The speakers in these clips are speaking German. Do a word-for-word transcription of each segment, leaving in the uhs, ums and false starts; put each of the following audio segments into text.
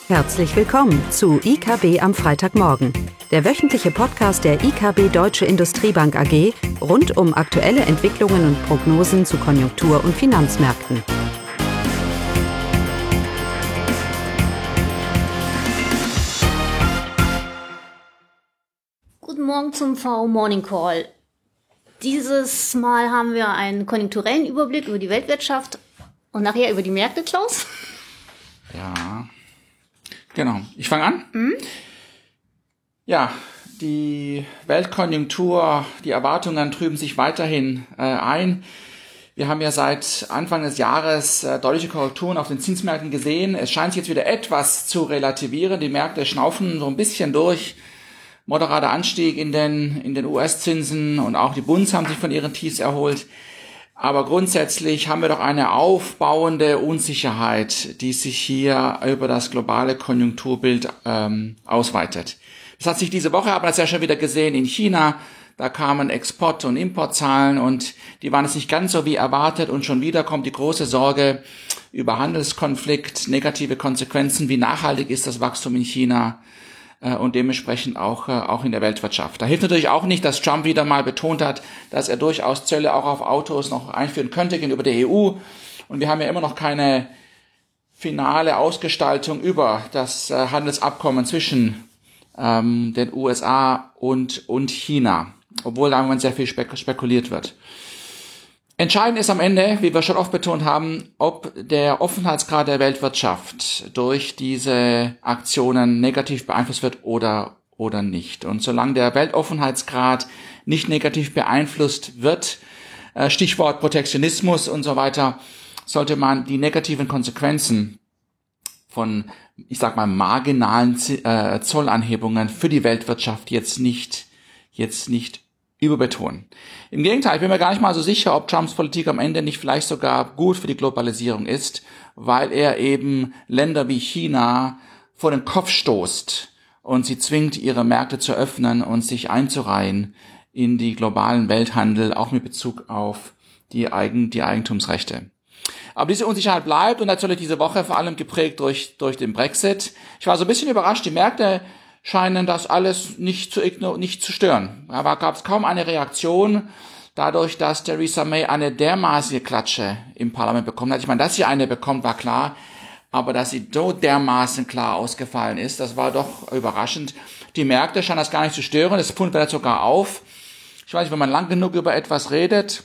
Herzlich willkommen zu I K B am Freitagmorgen, der wöchentliche Podcast der I K B Deutsche Industriebank A G rund um aktuelle Entwicklungen und Prognosen zu Konjunktur- und Finanzmärkten. Guten Morgen zum V Morning Call. Dieses Mal haben wir einen konjunkturellen Überblick über die Weltwirtschaft und nachher über die Märkte, Klaus. Ja, genau. Ich fange an. Mhm. Ja, die Weltkonjunktur, die Erwartungen trüben sich weiterhin äh, ein. Wir haben ja seit Anfang des Jahres äh, deutliche Korrekturen auf den Zinsmärkten gesehen. Es scheint sich jetzt wieder etwas zu relativieren. Die Märkte schnaufen so ein bisschen durch. Moderater Anstieg in den, in den U S-Zinsen und auch die Bunds haben sich von ihren Tiefs erholt. Aber grundsätzlich haben wir doch eine aufbauende Unsicherheit, die sich hier über das globale Konjunkturbild ähm, ausweitet. Das hat sich diese Woche aber das ja schon wieder gesehen in China. Da kamen Export- und Importzahlen und die waren jetzt nicht ganz so wie erwartet. Und schon wieder kommt die große Sorge über Handelskonflikt, negative Konsequenzen. Wie nachhaltig ist das Wachstum in China? Und dementsprechend auch auch in der Weltwirtschaft. Da hilft natürlich auch nicht, dass Trump wieder mal betont hat, dass er durchaus Zölle auch auf Autos noch einführen könnte gegenüber der E U. Und wir haben ja immer noch keine finale Ausgestaltung über das Handelsabkommen zwischen ähm, den U S A und und China, obwohl da im Moment sehr viel spekuliert wird. Entscheidend ist am Ende, wie wir schon oft betont haben, ob der Offenheitsgrad der Weltwirtschaft durch diese Aktionen negativ beeinflusst wird oder oder nicht. Und solange der Weltoffenheitsgrad nicht negativ beeinflusst wird, Stichwort Protektionismus und so weiter, sollte man die negativen Konsequenzen von, ich sag mal, marginalen Zollanhebungen für die Weltwirtschaft jetzt nicht jetzt nicht überbetonen. Im Gegenteil, ich bin mir gar nicht mal so sicher, ob Trumps Politik am Ende nicht vielleicht sogar gut für die Globalisierung ist, weil er eben Länder wie China vor den Kopf stoßt und sie zwingt, ihre Märkte zu öffnen und sich einzureihen in die globalen Welthandel, auch mit Bezug auf die, Eigen, die Eigentumsrechte. Aber diese Unsicherheit bleibt und natürlich diese Woche vor allem geprägt durch, durch den Brexit. Ich war so ein bisschen überrascht, die Märkte scheinen das alles nicht zu igno- nicht zu stören. Aber gab es kaum eine Reaktion dadurch, dass Theresa May eine dermaßige Klatsche im Parlament bekommen hat. Ich meine, dass sie eine bekommt, war klar, aber dass sie so dermaßen klar ausgefallen ist, das war doch überraschend. Die Märkte scheinen das gar nicht zu stören, das Pfund wird sogar auf. Ich weiß nicht, wenn man lang genug über etwas redet,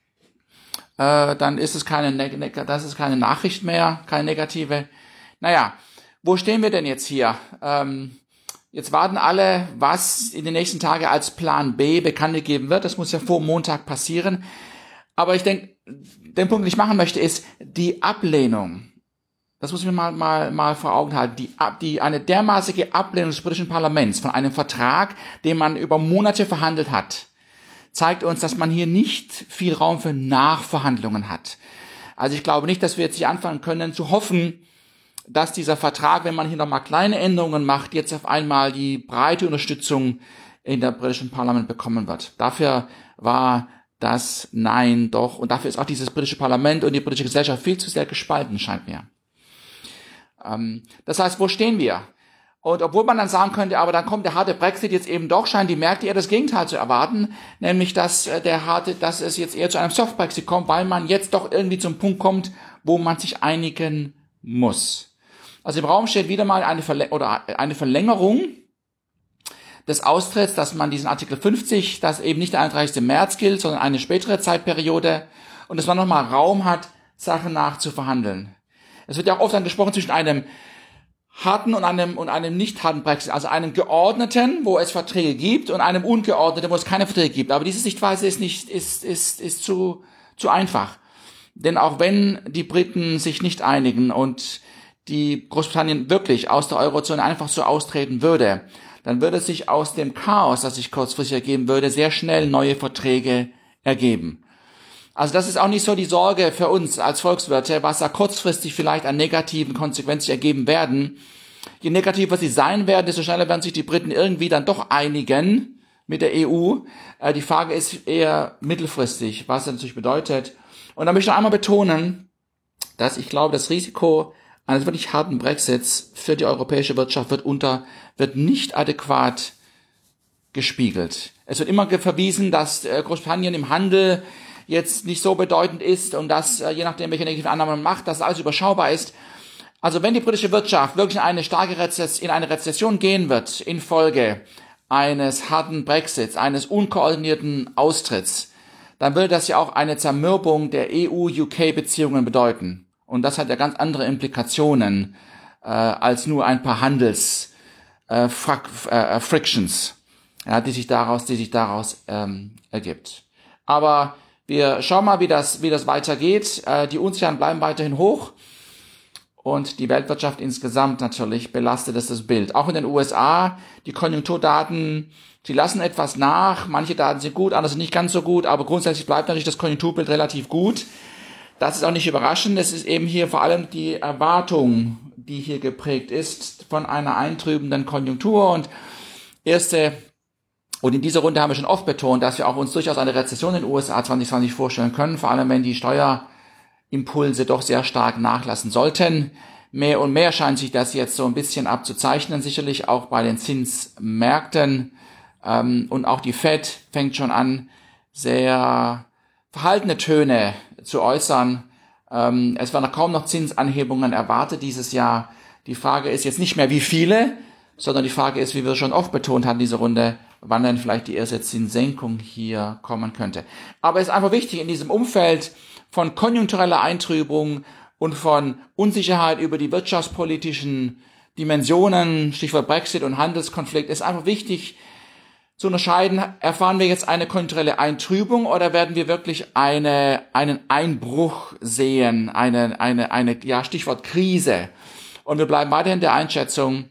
äh, dann ist es keine, ne- das ist keine Nachricht mehr, keine negative. Naja, wo stehen wir denn jetzt hier? Ähm, Jetzt warten alle, was in den nächsten Tagen als Plan B bekannt gegeben wird. Das muss ja vor Montag passieren. Aber ich denke, den Punkt, den ich machen möchte, ist die Ablehnung. Das muss ich mir mal, mal, mal vor Augen halten. Die, die, eine dermaßige Ablehnung des britischen Parlaments von einem Vertrag, den man über Monate verhandelt hat, zeigt uns, dass man hier nicht viel Raum für Nachverhandlungen hat. Also ich glaube nicht, dass wir jetzt hier anfangen können zu hoffen, dass dieser Vertrag, wenn man hier nochmal kleine Änderungen macht, jetzt auf einmal die breite Unterstützung in der britischen Parlament bekommen wird. Dafür war das Nein doch, und dafür ist auch dieses britische Parlament und die britische Gesellschaft viel zu sehr gespalten, scheint mir. Ähm, das heißt, wo stehen wir? Und obwohl man dann sagen könnte, aber dann kommt der harte Brexit jetzt eben doch, scheinen die Märkte eher das Gegenteil zu erwarten, nämlich dass der harte, dass es jetzt eher zu einem Soft Brexit kommt, weil man jetzt doch irgendwie zum Punkt kommt, wo man sich einigen muss. Also im Raum steht wieder mal eine, Verl- oder eine Verlängerung des Austritts, dass man diesen Artikel fünfzig, das eben nicht der einunddreißigste März gilt, sondern eine spätere Zeitperiode, und dass man nochmal Raum hat, Sachen nachzuverhandeln. Es wird ja auch oft dann gesprochen zwischen einem harten und einem, und einem nicht harten Brexit, also einem geordneten, wo es Verträge gibt, und einem ungeordneten, wo es keine Verträge gibt. Aber diese Sichtweise ist nicht, ist, ist, ist zu, zu einfach. Denn auch wenn die Briten sich nicht einigen und die Großbritannien wirklich aus der Eurozone einfach so austreten würde, dann würde sich aus dem Chaos, das sich kurzfristig ergeben würde, sehr schnell neue Verträge ergeben. Also das ist auch nicht so die Sorge für uns als Volkswirte, was da kurzfristig vielleicht an negativen Konsequenzen ergeben werden. Je negativer sie sein werden, desto schneller werden sich die Briten irgendwie dann doch einigen mit der E U. Äh, die Frage ist eher mittelfristig, was das natürlich bedeutet. Und da möchte ich noch einmal betonen, dass ich glaube, das Risiko eines wirklich harten Brexits für die europäische Wirtschaft wird unter, wird nicht adäquat gespiegelt. Es wird immer verwiesen, dass Großbritannien im Handel jetzt nicht so bedeutend ist und dass, je nachdem, welche negativen Annahmen man macht, dass alles überschaubar ist. Also wenn die britische Wirtschaft wirklich in eine starke Rezession, in eine Rezession gehen wird, infolge eines harten Brexits, eines unkoordinierten Austritts, dann will das ja auch eine Zermürbung der E U-U K-Beziehungen bedeuten. Und das hat ja ganz andere Implikationen äh, als nur ein paar Handels äh, äh, Frictions, ja, die sich daraus, die sich daraus ähm, ergibt. Aber wir schauen mal, wie das, wie das weitergeht. Äh, die Unsicherheiten bleiben weiterhin hoch und die Weltwirtschaft insgesamt natürlich belastet ist das Bild. Auch in den U S A, die Konjunkturdaten, die lassen etwas nach. Manche Daten sind gut, andere sind nicht ganz so gut, aber grundsätzlich bleibt natürlich das Konjunkturbild relativ gut. Das ist auch nicht überraschend. Es ist eben hier vor allem die Erwartung, die hier geprägt ist von einer eintrübenden Konjunktur und erste Und in dieser Runde haben wir schon oft betont, dass wir auch uns durchaus eine Rezession in den U S A zwanzig zwanzig vorstellen können, vor allem wenn die Steuerimpulse doch sehr stark nachlassen sollten. Mehr und mehr scheint sich das jetzt so ein bisschen abzuzeichnen, sicherlich auch bei den Zinsmärkten. Und auch die Fed fängt schon an, sehr verhaltene Töne zu äußern. Es werden kaum noch Zinsanhebungen erwartet dieses Jahr. Die Frage ist jetzt nicht mehr, wie viele, sondern die Frage ist, wie wir schon oft betont haben, diese Runde, wann denn vielleicht die erste Zinssenkung hier kommen könnte. Aber es ist einfach wichtig, in diesem Umfeld von konjunktureller Eintrübung und von Unsicherheit über die wirtschaftspolitischen Dimensionen, Stichwort Brexit und Handelskonflikt, ist einfach wichtig zu unterscheiden, erfahren wir jetzt eine konjunkturelle Eintrübung oder werden wir wirklich eine, einen Einbruch sehen, eine, eine, eine, ja, Stichwort Krise. Und wir bleiben weiterhin der Einschätzung,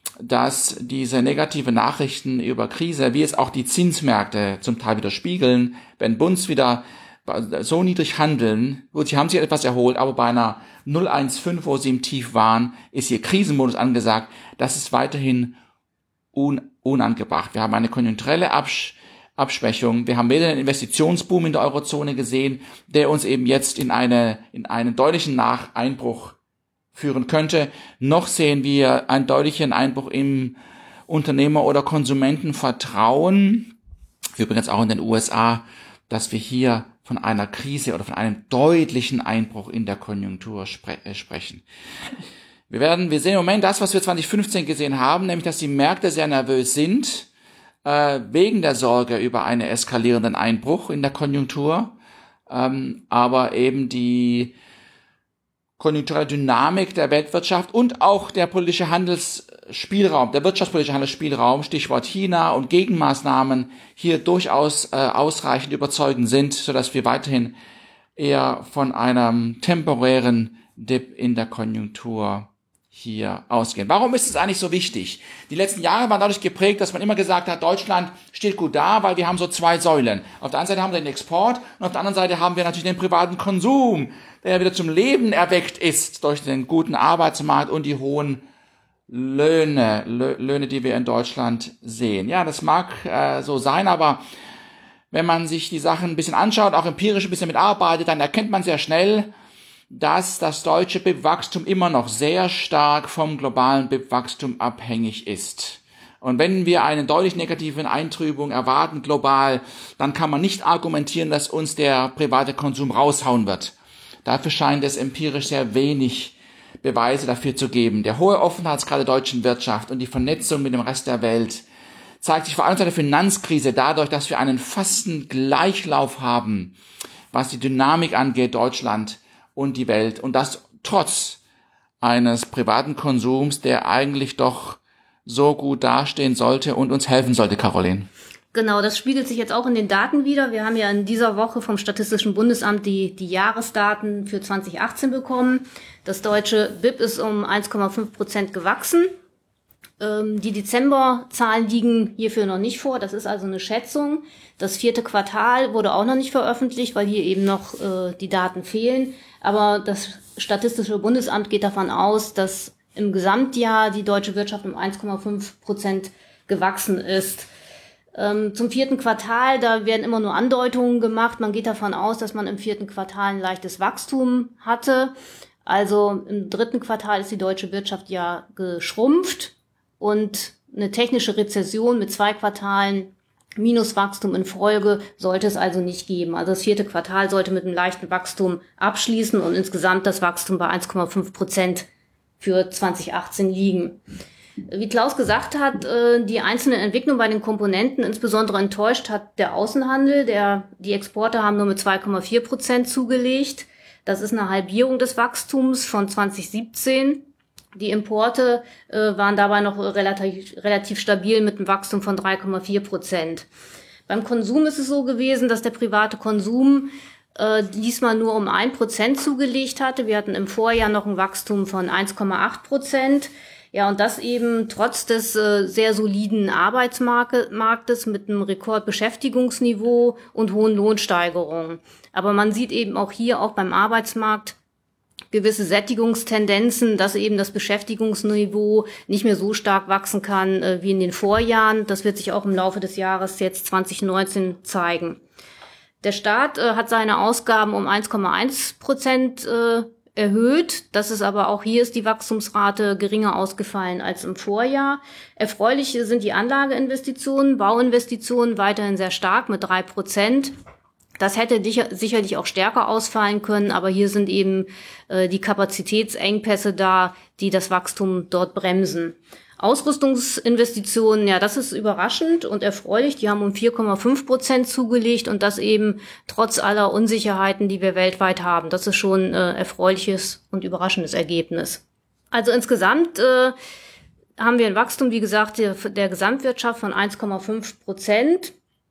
dass diese negative Nachrichten über Krise, wie es auch die Zinsmärkte zum Teil widerspiegeln, wenn Bunds wieder so niedrig handeln, gut, sie haben sich etwas erholt, aber bei einer null Komma fünfzehn, wo sie im Tief waren, ist hier Krisenmodus angesagt. Das ist weiterhin un, unangebracht. Wir haben eine konjunkturelle Absch- Abschwächung. Wir haben weder einen Investitionsboom in der Eurozone gesehen, der uns eben jetzt in eine, in einen deutlichen Nach- Einbruch führen könnte, noch sehen wir einen deutlichen Einbruch im Unternehmer- oder Konsumentenvertrauen. Übrigens auch in den U S A, dass wir hier von einer Krise oder von einem deutlichen Einbruch in der Konjunktur spre- äh, sprechen. Wir werden, wir sehen im Moment das, was wir zwanzig fünfzehn gesehen haben, nämlich, dass die Märkte sehr nervös sind, äh, wegen der Sorge über einen eskalierenden Einbruch in der Konjunktur, ähm, aber eben die konjunkturelle Dynamik der Weltwirtschaft und auch der politische Handelsspielraum, der wirtschaftspolitische Handelsspielraum, Stichwort China und Gegenmaßnahmen, hier durchaus äh, ausreichend überzeugend sind, sodass wir weiterhin eher von einem temporären Dip in der Konjunktur hier ausgehen. Warum ist es eigentlich so wichtig? Die letzten Jahre waren dadurch geprägt, dass man immer gesagt hat, Deutschland steht gut da, weil wir haben so zwei Säulen. Auf der einen Seite haben wir den Export und auf der anderen Seite haben wir natürlich den privaten Konsum, der wieder zum Leben erweckt ist durch den guten Arbeitsmarkt und die hohen Löhne, Löhne, die wir in Deutschland sehen. Ja, das mag äh, so sein, aber wenn man sich die Sachen ein bisschen anschaut, auch empirisch ein bisschen mitarbeitet, dann erkennt man sehr schnell, dass das deutsche B I P-Wachstum immer noch sehr stark vom globalen B I P-Wachstum abhängig ist. Und wenn wir eine deutlich negative Eintrübung erwarten global, dann kann man nicht argumentieren, dass uns der private Konsum raushauen wird. Dafür scheint es empirisch sehr wenig Beweise dafür zu geben. Der hohe Offenheitsgrad der deutschen Wirtschaft und die Vernetzung mit dem Rest der Welt zeigt sich vor allem seit der Finanzkrise dadurch, dass wir einen fasten Gleichlauf haben, was die Dynamik angeht, Deutschland und die Welt. Und das trotz eines privaten Konsums, der eigentlich doch so gut dastehen sollte und uns helfen sollte, Caroline. Genau, das spiegelt sich jetzt auch in den Daten wieder. Wir haben ja in dieser Woche vom Statistischen Bundesamt die, die Jahresdaten für zwanzig achtzehn bekommen. Das deutsche B I P ist um eins Komma fünf Prozent gewachsen. Ähm, die Dezemberzahlen liegen hierfür noch nicht vor. Das ist also eine Schätzung. Das vierte Quartal wurde auch noch nicht veröffentlicht, weil hier eben noch äh, die Daten fehlen. Aber das Statistische Bundesamt geht davon aus, dass im Gesamtjahr die deutsche Wirtschaft um eins Komma fünf Prozent gewachsen ist. Ähm, zum vierten Quartal, da werden immer nur Andeutungen gemacht. Man geht davon aus, dass man im vierten Quartal ein leichtes Wachstum hatte. Also im dritten Quartal ist die deutsche Wirtschaft ja geschrumpft und eine technische Rezession mit zwei Quartalen Minuswachstum in Folge sollte es also nicht geben. Also das vierte Quartal sollte mit einem leichten Wachstum abschließen und insgesamt das Wachstum bei eins Komma fünf Prozent für zwanzig achtzehn liegen. Wie Klaus gesagt hat, die einzelnen Entwicklungen bei den Komponenten, insbesondere enttäuscht hat der Außenhandel. Der, die Exporte haben nur mit zwei Komma vier Prozent zugelegt. Das ist eine Halbierung des Wachstums von zwanzig siebzehn. Die Importe äh, waren dabei noch relativ, relativ stabil mit einem Wachstum von drei Komma vier Prozent. Beim Konsum ist es so gewesen, dass der private Konsum äh, diesmal nur um ein Prozent zugelegt hatte. Wir hatten im Vorjahr noch ein Wachstum von eins Komma acht Prozent. Ja, und das eben trotz des äh, sehr soliden Arbeitsmarktes mit einem Rekordbeschäftigungsniveau und hohen Lohnsteigerungen. Aber man sieht eben auch hier, auch beim Arbeitsmarkt, gewisse Sättigungstendenzen, dass eben das Beschäftigungsniveau nicht mehr so stark wachsen kann äh, wie in den Vorjahren. Das wird sich auch im Laufe des Jahres jetzt zwanzig neunzehn zeigen. Der Staat äh, hat seine Ausgaben um eins Komma eins Prozent äh, erhöht. Das ist aber auch hier ist die Wachstumsrate geringer ausgefallen als im Vorjahr. Erfreulich sind die Anlageinvestitionen, Bauinvestitionen weiterhin sehr stark mit drei Prozent. Das hätte sicherlich auch stärker ausfallen können, aber hier sind eben äh, die Kapazitätsengpässe da, die das Wachstum dort bremsen. Ausrüstungsinvestitionen, ja, das ist überraschend und erfreulich. Die haben um vier Komma fünf Prozent zugelegt und das eben trotz aller Unsicherheiten, die wir weltweit haben. Das ist schon äh, erfreuliches und überraschendes Ergebnis. Also insgesamt äh, haben wir ein Wachstum, wie gesagt, der, der Gesamtwirtschaft von eins Komma fünf Prozent.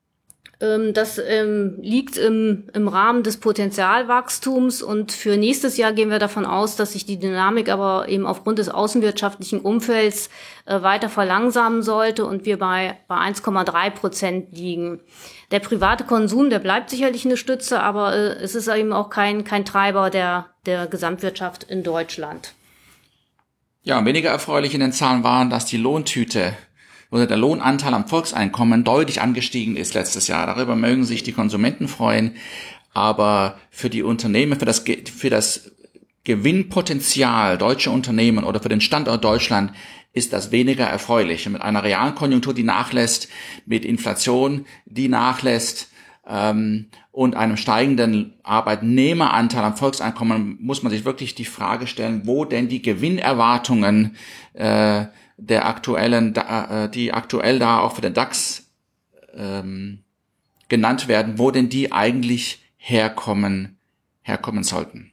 Das ähm, liegt im, im Rahmen des Potenzialwachstums und für nächstes Jahr gehen wir davon aus, dass sich die Dynamik aber eben aufgrund des außenwirtschaftlichen Umfelds äh, weiter verlangsamen sollte und wir bei, bei eins Komma drei Prozent liegen. Der private Konsum, der bleibt sicherlich eine Stütze, aber äh, es ist eben auch kein, kein Treiber der, der Gesamtwirtschaft in Deutschland. Ja, und weniger erfreulich in den Zahlen waren, dass die Lohntüte oder der Lohnanteil am Volkseinkommen deutlich angestiegen ist letztes Jahr. Darüber mögen sich die Konsumenten freuen, aber für die Unternehmen, für das, für das Gewinnpotenzial deutscher Unternehmen oder für den Standort Deutschland ist das weniger erfreulich. Und mit einer Realkonjunktur, die nachlässt, mit Inflation, die nachlässt, ähm, und einem steigenden Arbeitnehmeranteil am Volkseinkommen muss man sich wirklich die Frage stellen, wo denn die Gewinnerwartungen äh, der aktuellen, die aktuell da auch für den DAX ähm, genannt werden, wo denn die eigentlich herkommen, herkommen sollten.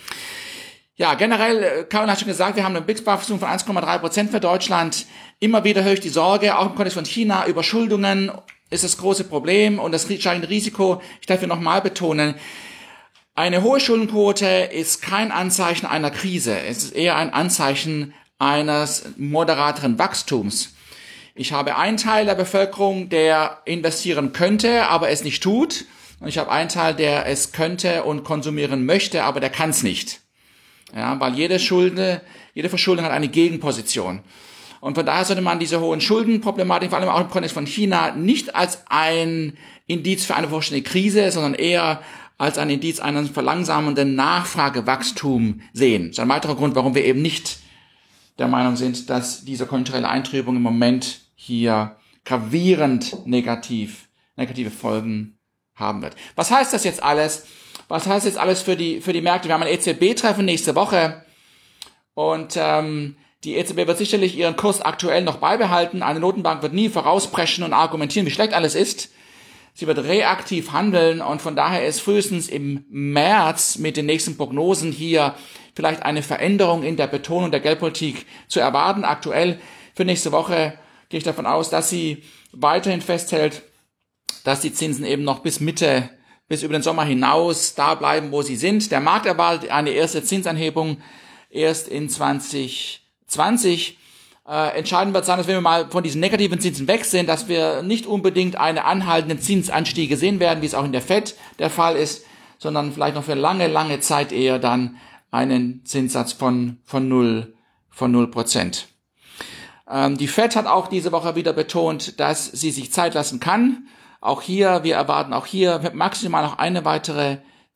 Ja, generell, Karin hat schon gesagt, wir haben ein B I P-Wachstum von eins Komma drei Prozent für Deutschland. Immer wieder höre ich die Sorge, auch im Kontext von China, Überschuldungen ist das große Problem und das steigende Risiko. Ich darf hier nochmal betonen, eine hohe Schuldenquote ist kein Anzeichen einer Krise. Es ist eher ein Anzeichen eines moderateren Wachstums. Ich habe einen Teil der Bevölkerung, der investieren könnte, aber es nicht tut. Und ich habe einen Teil, der es könnte und konsumieren möchte, aber der kann es nicht. Ja, weil jede Schulde, jede Verschuldung hat eine Gegenposition. Und von daher sollte man diese hohen Schuldenproblematik, vor allem auch im Kontext von China, nicht als ein Indiz für eine bevorstehende Krise, sondern eher als ein Indiz eines verlangsamenden Nachfragewachstum sehen. Das ist ein weiterer Grund, warum wir eben nicht der Meinung sind, dass diese konjunkturelle Eintrübung im Moment hier gravierend negativ, negative Folgen haben wird. Was heißt das jetzt alles? Was heißt jetzt alles für die, für die Märkte? Wir haben ein E Z B-Treffen nächste Woche und ähm, die E Z B wird sicherlich ihren Kurs aktuell noch beibehalten. Eine Notenbank wird nie vorauspreschen und argumentieren, wie schlecht alles ist. Sie wird reaktiv handeln und von daher ist frühestens im März mit den nächsten Prognosen hier vielleicht eine Veränderung in der Betonung der Geldpolitik zu erwarten. Aktuell für nächste Woche gehe ich davon aus, dass sie weiterhin festhält, dass die Zinsen eben noch bis Mitte, bis über den Sommer hinaus da bleiben, wo sie sind. Der Markt erwartet eine erste Zinsanhebung erst in zwanzig zwanzig. Äh, entscheidend wird sein, dass wenn wir mal von diesen negativen Zinsen weg sind, dass wir nicht unbedingt eine anhaltende Zinsanstiege sehen werden, wie es auch in der Fed der Fall ist, sondern vielleicht noch für lange, lange Zeit eher dann einen Zinssatz von von null von null Prozent. Ähm, die Fed hat auch diese Woche wieder betont, dass sie sich Zeit lassen kann. Auch hier, wir erwarten auch hier maximal noch eine weitere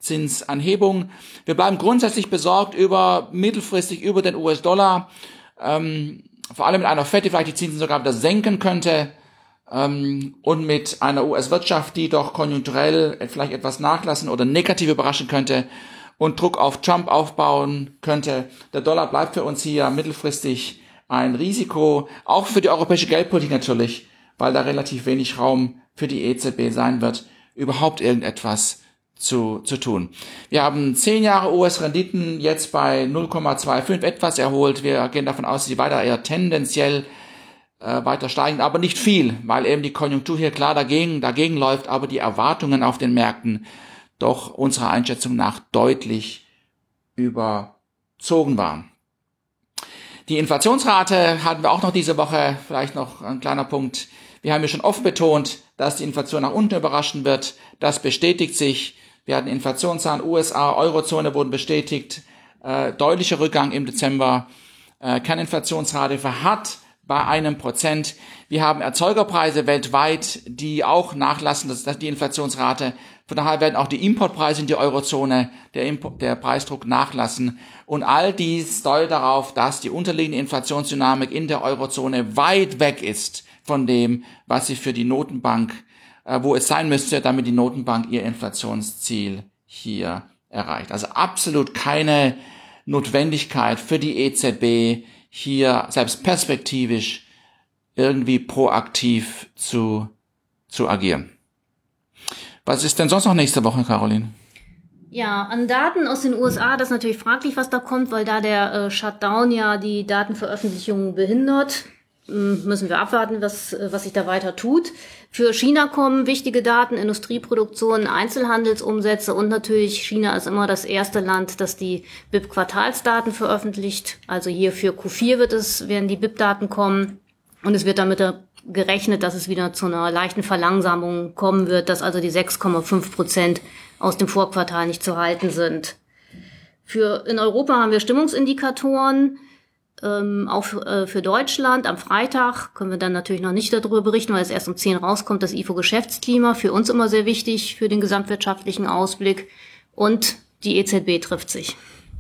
Zinsanhebung. Wir bleiben grundsätzlich besorgt über mittelfristig über den U S-Dollar, ähm, vor allem mit einer Fed, die vielleicht die Zinsen sogar wieder senken könnte, ähm, und mit einer U S-Wirtschaft, die doch konjunkturell vielleicht etwas nachlassen oder negativ überraschen könnte und Druck auf Trump aufbauen könnte. Der Dollar bleibt für uns hier mittelfristig ein Risiko, auch für die europäische Geldpolitik natürlich, weil da relativ wenig Raum für die E Z B sein wird, überhaupt irgendetwas zu, zu tun. Wir haben zehn Jahre U S-Renditen jetzt bei null Komma fünfundzwanzig etwas erholt. Wir gehen davon aus, dass sie weiter eher tendenziell äh, weiter steigen, aber nicht viel, weil eben die Konjunktur hier klar dagegen, dagegen läuft, aber die Erwartungen auf den Märkten doch unserer Einschätzung nach deutlich überzogen waren. Die Inflationsrate hatten wir auch noch diese Woche, vielleicht noch ein kleiner Punkt. Wir haben ja schon oft betont, dass die Inflation nach unten überraschen wird. Das bestätigt sich. Wir hatten Inflationszahlen, U S A, Eurozone wurden bestätigt. Äh, deutlicher Rückgang im Dezember. Äh, Kerninflationsrate verharrt bei einem Prozent. Wir haben Erzeugerpreise weltweit, die auch nachlassen, das ist die Inflationsrate. Von daher werden auch die Importpreise in die Eurozone, der, Import, der Preisdruck nachlassen. Und all dies deutet darauf, dass die unterliegende Inflationsdynamik in der Eurozone weit weg ist von dem, was sie für die Notenbank, äh, wo es sein müsste, damit die Notenbank ihr Inflationsziel hier erreicht. Also absolut keine Notwendigkeit für die E Z B, hier selbst perspektivisch irgendwie proaktiv zu, zu agieren. Was ist denn sonst noch nächste Woche, Caroline? Ja, an Daten aus den U S A, das ist natürlich fraglich, was da kommt, weil da der äh, Shutdown ja die Datenveröffentlichung behindert. Müssen wir abwarten, was, was sich da weiter tut. Für China kommen wichtige Daten, Industrieproduktion, Einzelhandelsumsätze und natürlich China ist immer das erste Land, das die B I P-Quartalsdaten veröffentlicht. Also hier für Q vier wird es, werden die B I P-Daten kommen und es wird damit gerechnet, dass es wieder zu einer leichten Verlangsamung kommen wird, dass also die sechs Komma fünf Prozent aus dem Vorquartal nicht zu halten sind. Für, in Europa haben wir Stimmungsindikatoren. Ähm, auch äh, für Deutschland am Freitag können wir dann natürlich noch nicht darüber berichten, weil es erst um zehn rauskommt, das I F O-Geschäftsklima, für uns immer sehr wichtig für den gesamtwirtschaftlichen Ausblick und die E Z B trifft sich.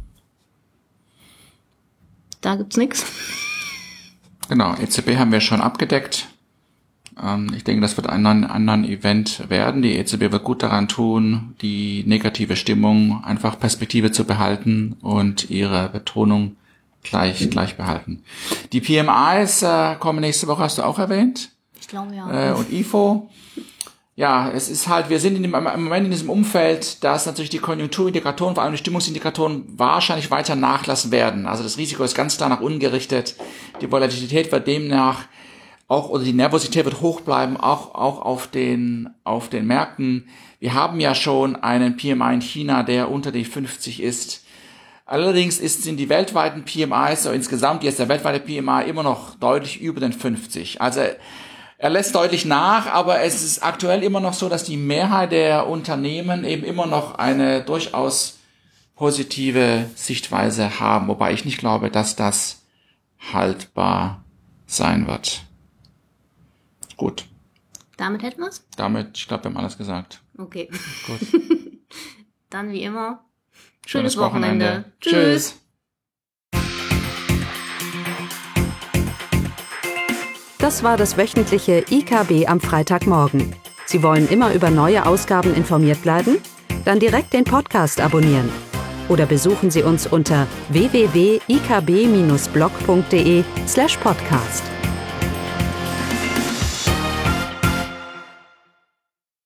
Da gibt's nichts. Genau, E Z B haben wir schon abgedeckt. Ähm, ich denke, das wird ein anderen Event werden. Die E Z B wird gut daran tun, die negative Stimmung einfach Perspektive zu behalten und ihre Betonung gleich gleich behalten. Die P M Is äh, kommen nächste Woche, hast du auch erwähnt. Ich glaube, ja. Äh, und I F O. Ja, es ist halt, wir sind in dem, im Moment in diesem Umfeld, dass natürlich die Konjunkturindikatoren, vor allem die Stimmungsindikatoren, wahrscheinlich weiter nachlassen werden. Also das Risiko ist ganz klar nach unten gerichtet. Die Volatilität wird demnach auch, oder die Nervosität wird hoch bleiben, auch, auch auf den, auf den Märkten. Wir haben ja schon einen P M I in China, der unter die fünfzig ist. Allerdings ist, sind die weltweiten P M Is, so insgesamt jetzt der weltweite P M I immer noch deutlich über den fünfzig. Also er lässt deutlich nach, aber es ist aktuell immer noch so, dass die Mehrheit der Unternehmen eben immer noch eine durchaus positive Sichtweise haben, wobei ich nicht glaube, dass das haltbar sein wird. Gut. Damit hätten wir's? Damit, ich glaube, wir haben alles gesagt. Okay. Gut. Dann wie immer. Schönes, Schönes Wochenende. Wochenende. Tschüss. Das war das wöchentliche I K B am Freitagmorgen. Sie wollen immer über neue Ausgaben informiert bleiben? Dann direkt den Podcast abonnieren. Oder besuchen Sie uns unter w w w punkt i k b bindestrich blog punkt d e slash podcast.